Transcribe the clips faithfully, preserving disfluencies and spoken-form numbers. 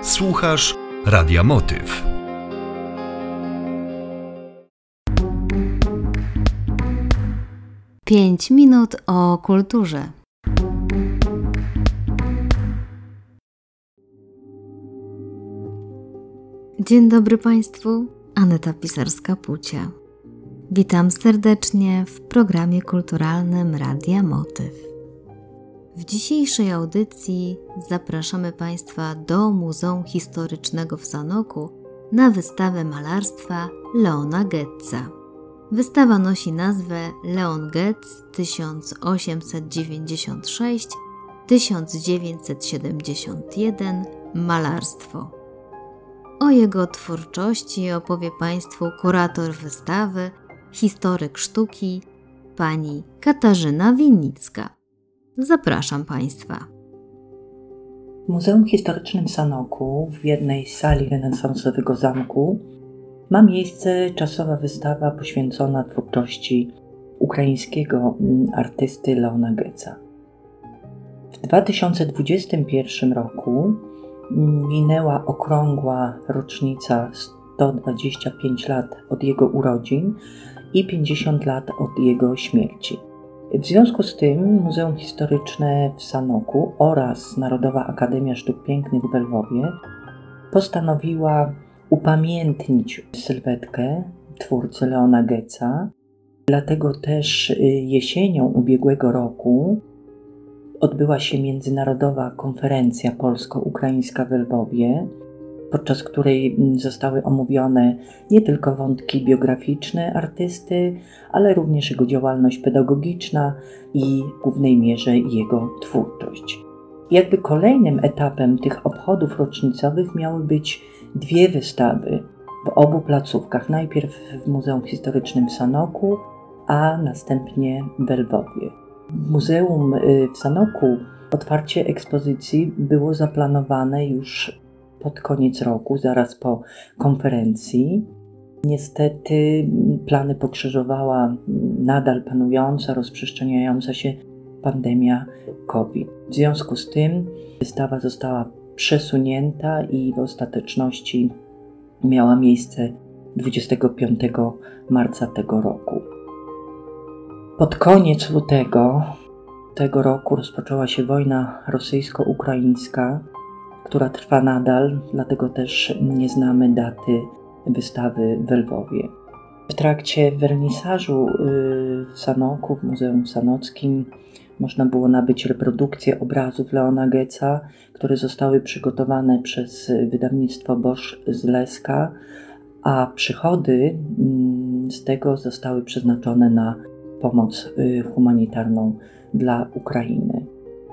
Słuchasz Radia Motyw. Pięć minut o kulturze. Dzień dobry Państwu, Aneta Pisarska-Pucia. Witam serdecznie w programie kulturalnym Radia Motyw. W dzisiejszej audycji zapraszamy Państwa do Muzeum Historycznego w Sanoku na wystawę malarstwa Leona Goetza. Wystawa nosi nazwę Leon Goetz tysiąc osiemset dziewięćdziesiąt sześć do tysiąc dziewięćset siedemdziesiąt jeden Malarstwo. O jego twórczości opowie Państwu kurator wystawy, historyk sztuki, pani Katarzyna Winnicka. Zapraszam Państwa. W Muzeum Historycznym w Sanoku, w jednej z sali renesansowego zamku, ma miejsce czasowa wystawa poświęcona twórczości ukraińskiego artysty Leona Goetza. W dwa tysiące dwudziestym pierwszym roku minęła okrągła rocznica sto dwadzieścia pięć lat od jego urodzin i pięćdziesiąt lat od jego śmierci. W związku z tym Muzeum Historyczne w Sanoku oraz Narodowa Akademia Sztuk Pięknych w Lwowie postanowiła upamiętnić sylwetkę twórcy Leona Goetza. Dlatego też jesienią ubiegłego roku odbyła się Międzynarodowa Konferencja Polsko-Ukraińska w Lwowie, podczas której zostały omówione nie tylko wątki biograficzne artysty, ale również jego działalność pedagogiczna i w głównej mierze jego twórczość. Jakby kolejnym etapem tych obchodów rocznicowych miały być dwie wystawy w obu placówkach. Najpierw w Muzeum Historycznym w Sanoku, a następnie w Lwowie. W Muzeum w Sanoku otwarcie ekspozycji było zaplanowane już pod koniec roku, zaraz po konferencji. Niestety plany pokrzyżowała nadal panująca, rozprzestrzeniająca się pandemia COVID. W związku z tym wystawa została przesunięta i w ostateczności miała miejsce dwudziestego piątego marca tego roku. Pod koniec lutego tego roku rozpoczęła się wojna rosyjsko-ukraińska, która trwa nadal, dlatego też nie znamy daty wystawy w Lwowie. W trakcie wernisażu w Sanoku, w Muzeum Sanockim, można było nabyć reprodukcje obrazów Leona Goetza, które zostały przygotowane przez wydawnictwo Bosch z Leska, a przychody z tego zostały przeznaczone na pomoc humanitarną dla Ukrainy.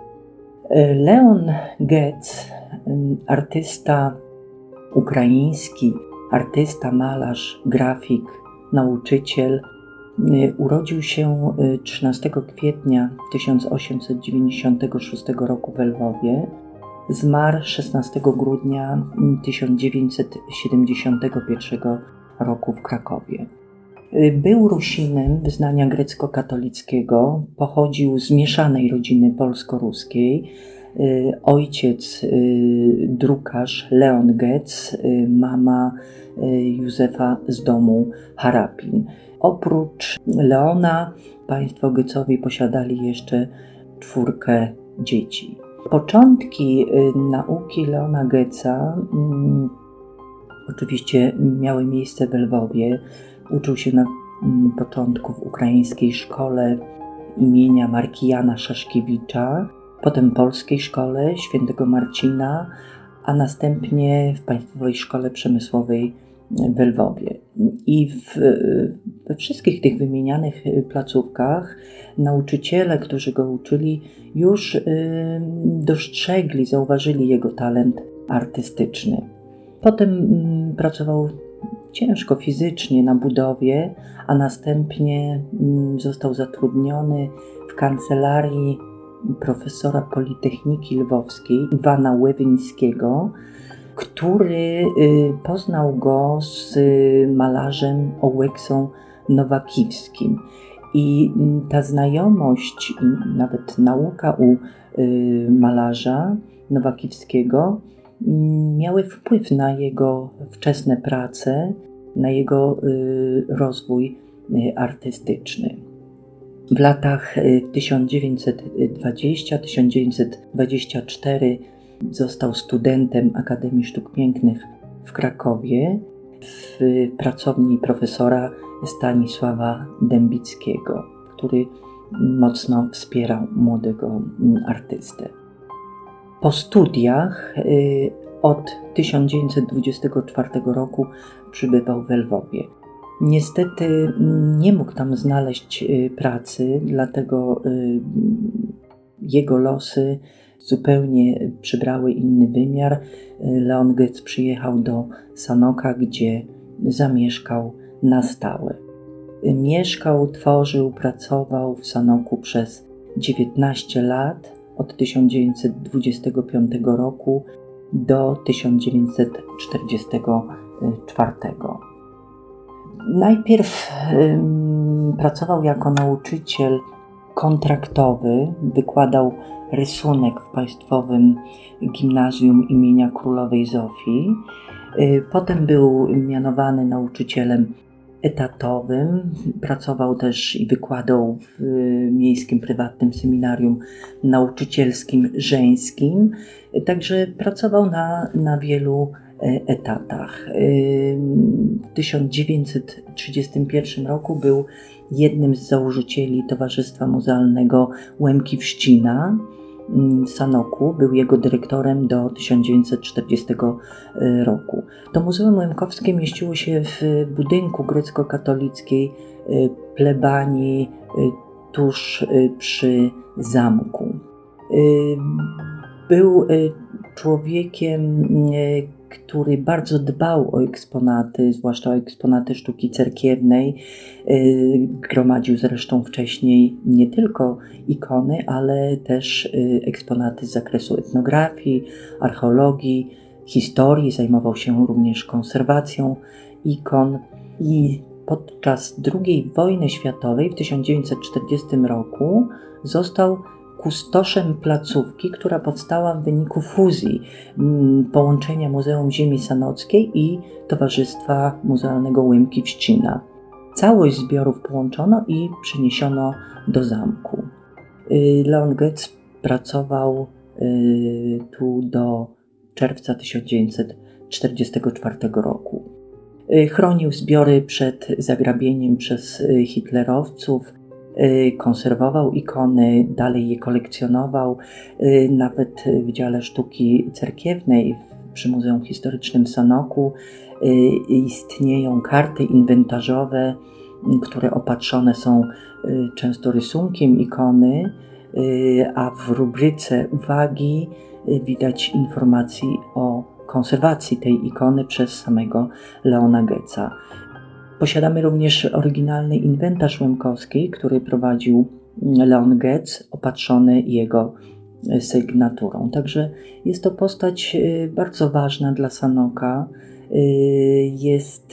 Leon Goetz, artysta ukraiński, artysta, malarz, grafik, nauczyciel, urodził się trzynastego kwietnia tysiąc osiemset dziewięćdziesiątego szóstego roku w Lwowie. Zmarł szesnastego grudnia tysiąc dziewięćset siedemdziesiątego pierwszego roku w Krakowie. Był Rusinem wyznania grecko-katolickiego, pochodził z mieszanej rodziny polsko-ruskiej. Ojciec drukarz Leon Goetz, mama Józefa z domu Harapin. Oprócz Leona państwo Goetzowi posiadali jeszcze czwórkę dzieci. Początki nauki Leona Goetza um, oczywiście miały miejsce w Lwowie. Uczył się na początku w ukraińskiej szkole imienia Markijana Szaszkiewicza, potem polskiej szkole świętego Marcina, a następnie w Państwowej Szkole Przemysłowej w Lwowie. I w, we wszystkich tych wymienianych placówkach nauczyciele, którzy go uczyli, już y, dostrzegli, zauważyli jego talent artystyczny. Potem y, pracował ciężko fizycznie na budowie, a następnie został zatrudniony w kancelarii profesora Politechniki Lwowskiej Iwana Łewińskiego, który poznał go z malarzem Oleksą Nowakiwskim. I ta znajomość i nawet nauka u malarza Nowakiwskiego miały wpływ na jego wczesne prace, na jego rozwój artystyczny. W latach tysiąc dziewięćset dwudziestym do tysiąc dziewięćset dwudziestego czwartego został studentem Akademii Sztuk Pięknych w Krakowie w pracowni profesora Stanisława Dębickiego, który mocno wspierał młodego artystę. Po studiach od tysiąc dziewięćset dwudziestego czwartego roku przybywał w Lwowie. Niestety nie mógł tam znaleźć pracy, dlatego jego losy zupełnie przybrały inny wymiar. Leon Goetz przyjechał do Sanoka, gdzie zamieszkał na stałe. Mieszkał, tworzył, pracował w Sanoku przez dziewiętnaście lat, od tysiąc dziewięćset dwudziestego piątego roku do tysiąc dziewięćset czterdziestego czwartego. Najpierw ym, pracował jako nauczyciel kontraktowy, wykładał rysunek w Państwowym Gimnazjum imienia Królowej Zofii. Yy, potem był mianowany nauczycielem etatowym, pracował też i wykładał w y, Miejskim Prywatnym Seminarium Nauczycielskim Żeńskim, także pracował na, na wielu etatach. W tysiąc dziewięćset trzydziestym pierwszym roku był jednym z założycieli Towarzystwa Muzealnego Łemki-Wścina w Sanoku. Był jego dyrektorem do tysiąc dziewięćset czterdziestego roku. To Muzeum Łemkowskie mieściło się w budynku grecko-katolickiej plebanii tuż przy zamku. Był człowiekiem, który bardzo dbał o eksponaty, zwłaszcza o eksponaty sztuki cerkiewnej. Gromadził zresztą wcześniej nie tylko ikony, ale też eksponaty z zakresu etnografii, archeologii, historii. Zajmował się również konserwacją ikon i podczas drugiej wojny światowej w tysiąc dziewięćset czterdziestym roku został kustoszem placówki, która powstała w wyniku fuzji połączenia Muzeum Ziemi Sanockiej i Towarzystwa Muzealnego Łemki-Wścina. Całość zbiorów połączono i przeniesiono do zamku. Leon Goetz pracował tu do czerwca tysiąc dziewięćset czterdziestego czwartego roku. Chronił zbiory przed zagrabieniem przez hitlerowców, konserwował ikony, dalej je kolekcjonował. Nawet w dziale sztuki cerkiewnej przy Muzeum Historycznym w Sanoku istnieją karty inwentarzowe, które opatrzone są często rysunkiem ikony, a w rubryce uwagi widać informacji o konserwacji tej ikony przez samego Leona Goetza. Posiadamy również oryginalny inwentarz Łemkowskiej, który prowadził Leon Goetz, opatrzony jego sygnaturą. Także jest to postać bardzo ważna dla Sanoka. Jest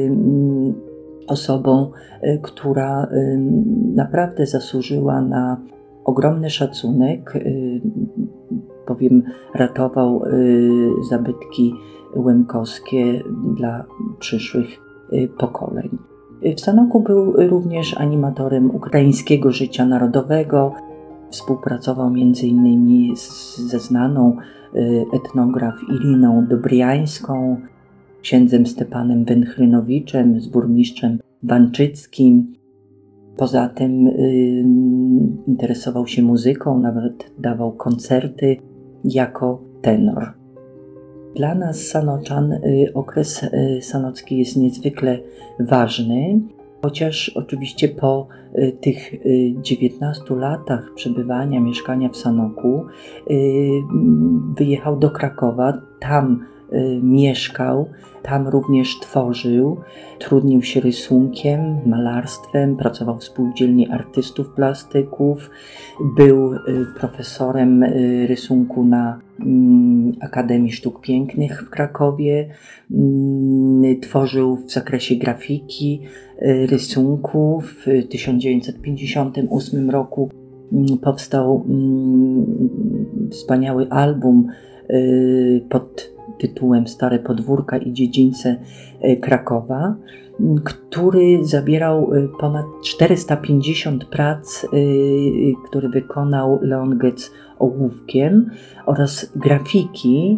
osobą, która naprawdę zasłużyła na ogromny szacunek, bowiem ratował zabytki łemkowskie dla przyszłych pokoleń. W Sanoku był również animatorem ukraińskiego życia narodowego. Współpracował między innymi ze znaną etnograf Iriną Dobriańską, księdzem Stepanem Węchrynowiczem, z burmistrzem Wanczyckim. Poza tym y, interesował się muzyką, nawet dawał koncerty jako tenor. Dla nas, Sanoczan, y, okres y, sanocki jest niezwykle ważny, chociaż oczywiście po y, tych y, dziewiętnastu latach przebywania, mieszkania w Sanoku y, wyjechał do Krakowa, tam y, mieszkał, tam również tworzył, trudnił się rysunkiem, malarstwem, pracował w spółdzielni artystów plastyków, był y, profesorem y, rysunku na y, Akademii Sztuk Pięknych w Krakowie, y, tworzył w zakresie grafiki, y, rysunku. W tysiąc dziewięćset pięćdziesiątym ósmym roku y, powstał y, wspaniały album pod tytułem Stare podwórka i dziedzińce Krakowa, który zawierał ponad czterysta pięćdziesiąt prac, które wykonał Leon Goetz ołówkiem, oraz grafiki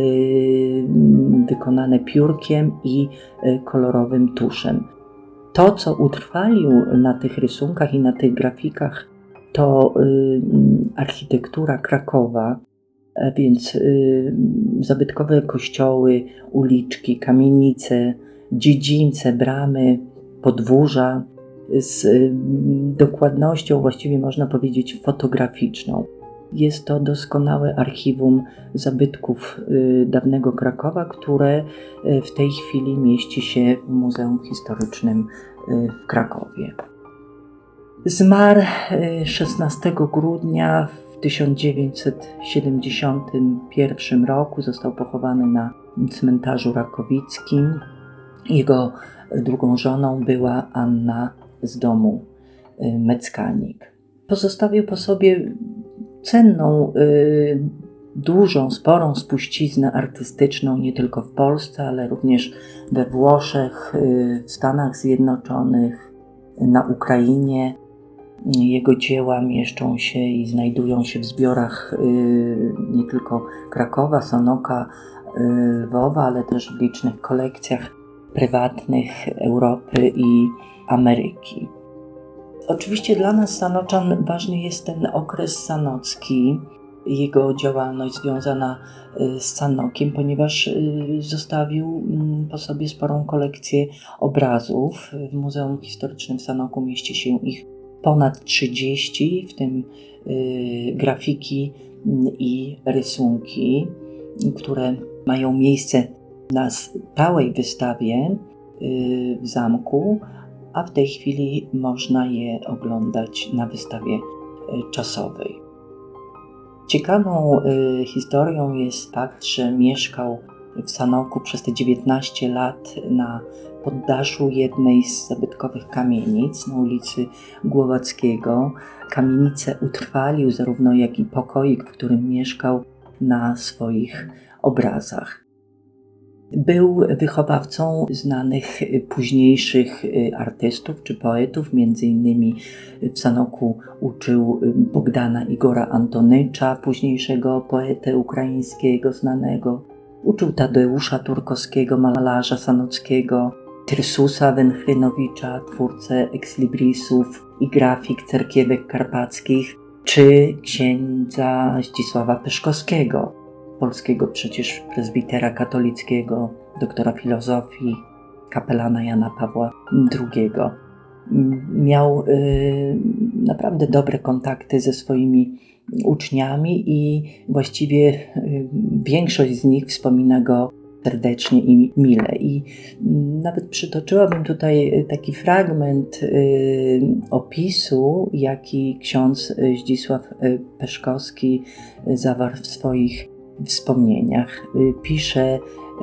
wykonane piórkiem i kolorowym tuszem. To, co utrwalił na tych rysunkach i na tych grafikach, to architektura Krakowa, więc zabytkowe kościoły, uliczki, kamienice, dziedzińce, bramy, podwórza z dokładnością, właściwie można powiedzieć, fotograficzną. Jest to doskonałe archiwum zabytków dawnego Krakowa, które w tej chwili mieści się w Muzeum Historycznym w Krakowie. Zmarł szesnastego grudnia w tysiąc dziewięćset siedemdziesiątym pierwszym roku. Został pochowany na cmentarzu rakowickim. Jego drugą żoną była Anna z domu Meckanik. Pozostawił po sobie cenną, dużą, sporą spuściznę artystyczną nie tylko w Polsce, ale również we Włoszech, w Stanach Zjednoczonych, na Ukrainie. Jego dzieła mieszczą się i znajdują się w zbiorach nie tylko Krakowa, Sanoka, Lwowa, ale też w licznych kolekcjach prywatnych Europy i Ameryki. Oczywiście dla nas, Sanoczan, ważny jest ten okres sanocki, jego działalność związana z Sanokiem, ponieważ zostawił po sobie sporą kolekcję obrazów. W Muzeum Historycznym w Sanoku mieści się ich ponad trzydzieści, w tym grafiki i rysunki, które mają miejsce na stałej wystawie w zamku, a w tej chwili można je oglądać na wystawie czasowej. Ciekawą historią jest fakt, że mieszkał w Sanoku przez te dziewiętnaście lat na poddaszu jednej z zabytkowych kamienic na ulicy Głowackiego. Kamienicę utrwalił, zarówno jak i pokoik, w którym mieszkał, na swoich obrazach. Był wychowawcą znanych późniejszych artystów czy poetów, między innymi w Sanoku uczył Bogdana Igora Antonycza, późniejszego poetę ukraińskiego znanego. Uczył Tadeusza Turkowskiego, malarza sanockiego, Tyrsusa Węchrynowicza, twórcę ekslibrisów i grafik cerkiewek karpackich, czy księdza Zdzisława Peszkowskiego, polskiego przecież prezbitera katolickiego, doktora filozofii, kapelana Jana Pawła drugiego. Miał y, naprawdę dobre kontakty ze swoimi uczniami i właściwie y, większość z nich wspomina go serdecznie i mile. I nawet przytoczyłabym tutaj taki fragment y, opisu, jaki ksiądz Zdzisław Peszkowski zawarł w swoich wspomnieniach. Pisze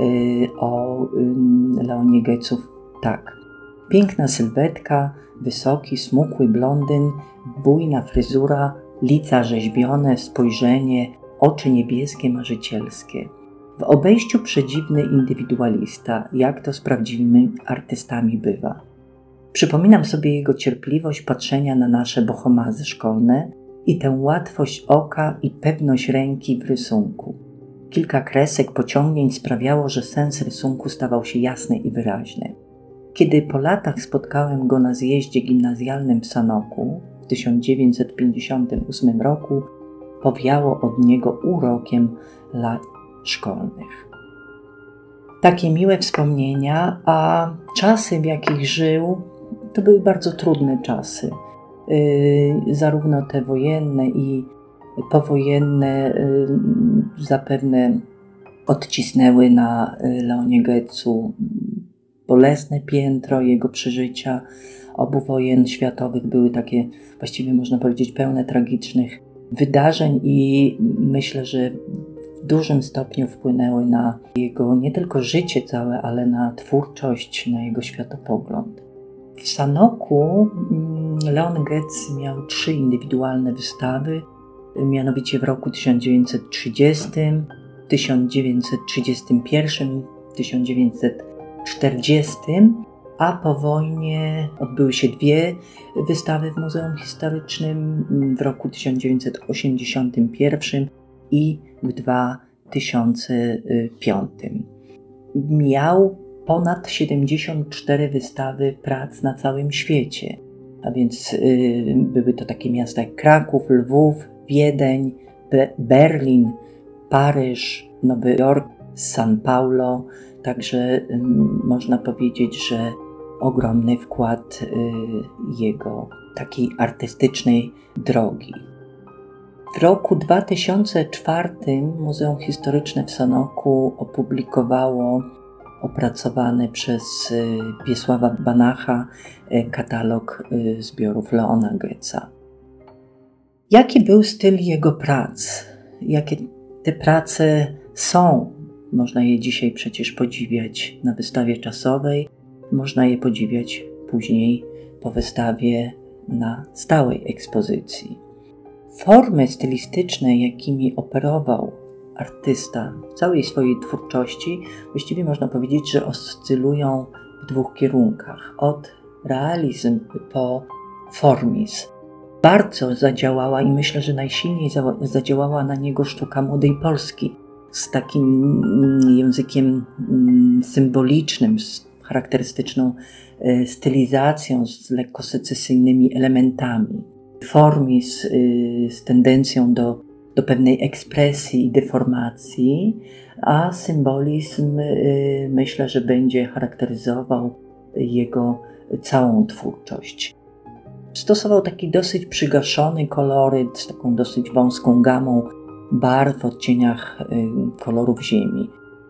o Leonie Goetzu tak. Piękna sylwetka, wysoki, smukły blondyn, bujna fryzura, lica rzeźbione, spojrzenie, oczy niebieskie, marzycielskie. W obejściu przedziwny indywidualista, jak to z prawdziwymi artystami bywa. Przypominam sobie jego cierpliwość patrzenia na nasze bohomazy szkolne i tę łatwość oka i pewność ręki w rysunku. Kilka kresek, pociągnięć sprawiało, że sens rysunku stawał się jasny i wyraźny. Kiedy po latach spotkałem go na zjeździe gimnazjalnym w Sanoku w tysiąc dziewięćset pięćdziesiątym ósmym roku, powiało od niego urokiem lat szkolnych. Takie miłe wspomnienia, a czasy, w jakich żył, to były bardzo trudne czasy. Yy, zarówno te wojenne i powojenne yy, zapewne odcisnęły na Leonie Goetzu bolesne piętro jego przeżycia. Obu wojen światowych były takie, właściwie można powiedzieć, pełne tragicznych wydarzeń i myślę, że w dużym stopniu wpłynęły na jego nie tylko życie całe, ale na twórczość, na jego światopogląd. W Sanoku Leon Goetz miał trzy indywidualne wystawy, mianowicie w roku tysiąc dziewięćset trzydziestym tysiąc dziewięćset trzydziestym pierwszym do tysiąc dziewięćset czterdziestego, a po wojnie odbyły się dwie wystawy w Muzeum Historycznym w roku tysiąc dziewięćset osiemdziesiątym pierwszym i w dwa tysiące piątym. Miał ponad siedemdziesiąt cztery wystawy prac na całym świecie, a więc y, były to takie miasta jak Kraków, Lwów, Wiedeń, Be- Berlin, Paryż, Nowy Jork, San Paulo, także y, można powiedzieć, że ogromny wkład y, jego takiej artystycznej drogi. W roku dwa tysiące czwartym Muzeum Historyczne w Sanoku opublikowało opracowany przez Wiesława Banacha katalog zbiorów Leona Goetza. Jaki był styl jego prac? Jakie te prace są? Można je dzisiaj przecież podziwiać na wystawie czasowej, można je podziwiać później po wystawie na stałej ekspozycji. Formy stylistyczne, jakimi operował artysta w całej swojej twórczości, właściwie można powiedzieć, że oscylują w dwóch kierunkach. Od realizm po formizm. Bardzo zadziałała i myślę, że najsilniej zadziałała na niego sztuka Młodej Polski z takim językiem symbolicznym, z charakterystyczną stylizacją, z lekko secesyjnymi elementami. Formizm z tendencją do, do pewnej ekspresji i deformacji, a symbolizm myślę, że będzie charakteryzował jego całą twórczość. Stosował taki dosyć przygaszony koloryt z taką dosyć wąską gamą barw w odcieniach kolorów ziemi.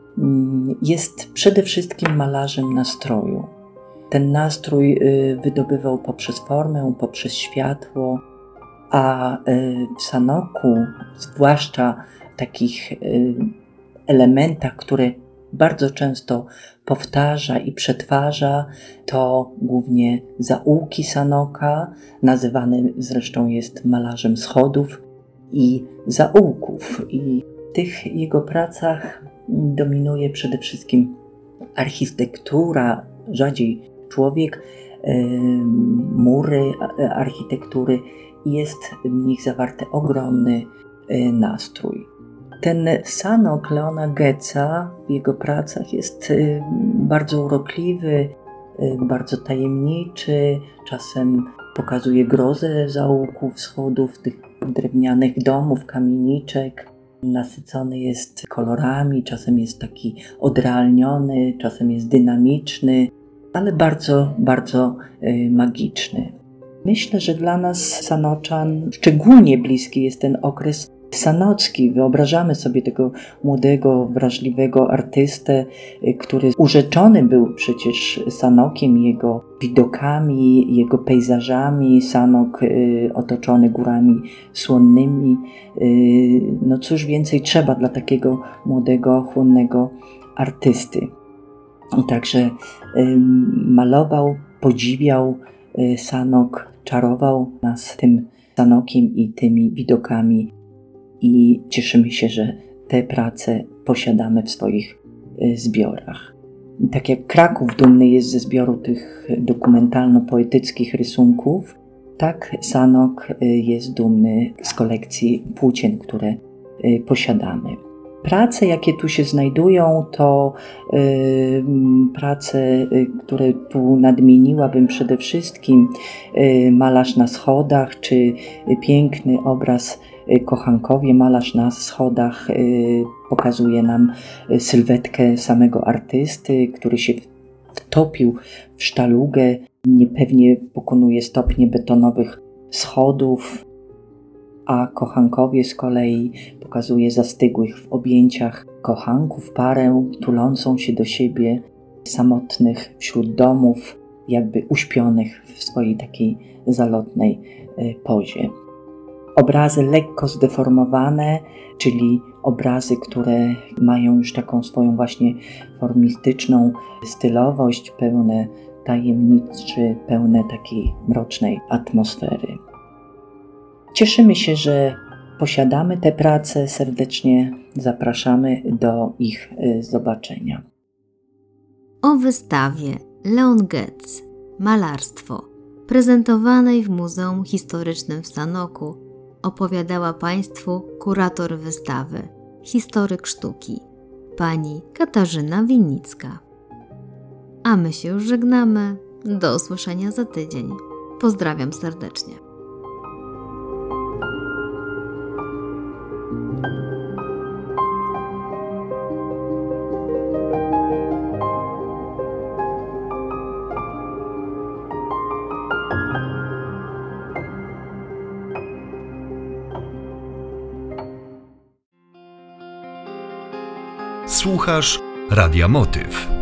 Jest przede wszystkim malarzem nastroju. Ten nastrój wydobywał poprzez formę, poprzez światło, a w Sanoku, zwłaszcza takich elementach, które bardzo często powtarza i przetwarza, to głównie zaułki Sanoka, nazywany zresztą jest malarzem schodów i zaułków. I w tych jego pracach dominuje przede wszystkim architektura, rzadziej człowiek, mury architektury i jest w nich zawarty ogromny nastrój. Ten Sanok Leona Goetza w jego pracach jest bardzo urokliwy, bardzo tajemniczy, czasem pokazuje grozę zaułków, schodów, tych drewnianych domów, kamieniczek. Nasycony jest kolorami, czasem jest taki odrealniony, czasem jest dynamiczny, ale bardzo, bardzo magiczny. Myślę, że dla nas Sanoczan szczególnie bliski jest ten okres sanocki. Wyobrażamy sobie tego młodego, wrażliwego artystę, który urzeczony był przecież Sanokiem, jego widokami, jego pejzażami. Sanok y, otoczony górami słonnymi. Y, no cóż więcej trzeba dla takiego młodego, chłonnego artysty. Także y, malował, podziwiał y, Sanok, czarował nas tym Sanokiem i tymi widokami. I cieszymy się, że te prace posiadamy w swoich zbiorach. Tak jak Kraków dumny jest ze zbioru tych dokumentalno-poetyckich rysunków, tak Sanok jest dumny z kolekcji płócien, które posiadamy. Prace, jakie tu się znajdują, to y, prace, y, które tu nadmieniłabym przede wszystkim y, Malarz na schodach, czy y, piękny obraz y, Kochankowie. Malarz na schodach y, pokazuje nam y, sylwetkę samego artysty, który się wtopił w sztalugę, niepewnie pokonuje stopnie betonowych schodów, a Kochankowie z kolei pokazuje zastygłych w objęciach kochanków parę tulącą się do siebie, samotnych wśród domów, jakby uśpionych w swojej takiej zalotnej pozie. Obrazy lekko zdeformowane, czyli obrazy, które mają już taką swoją właśnie formistyczną stylowość, pełne tajemniczy, pełne takiej mrocznej atmosfery. Cieszymy się, że posiadamy te prace, serdecznie zapraszamy do ich zobaczenia. O wystawie Leon Goetz – Malarstwo, prezentowanej w Muzeum Historycznym w Sanoku, opowiadała Państwu kurator wystawy, historyk sztuki, pani Katarzyna Winnicka. A my się już żegnamy. Do usłyszenia za tydzień. Pozdrawiam serdecznie. Słuchasz Radia Motyw.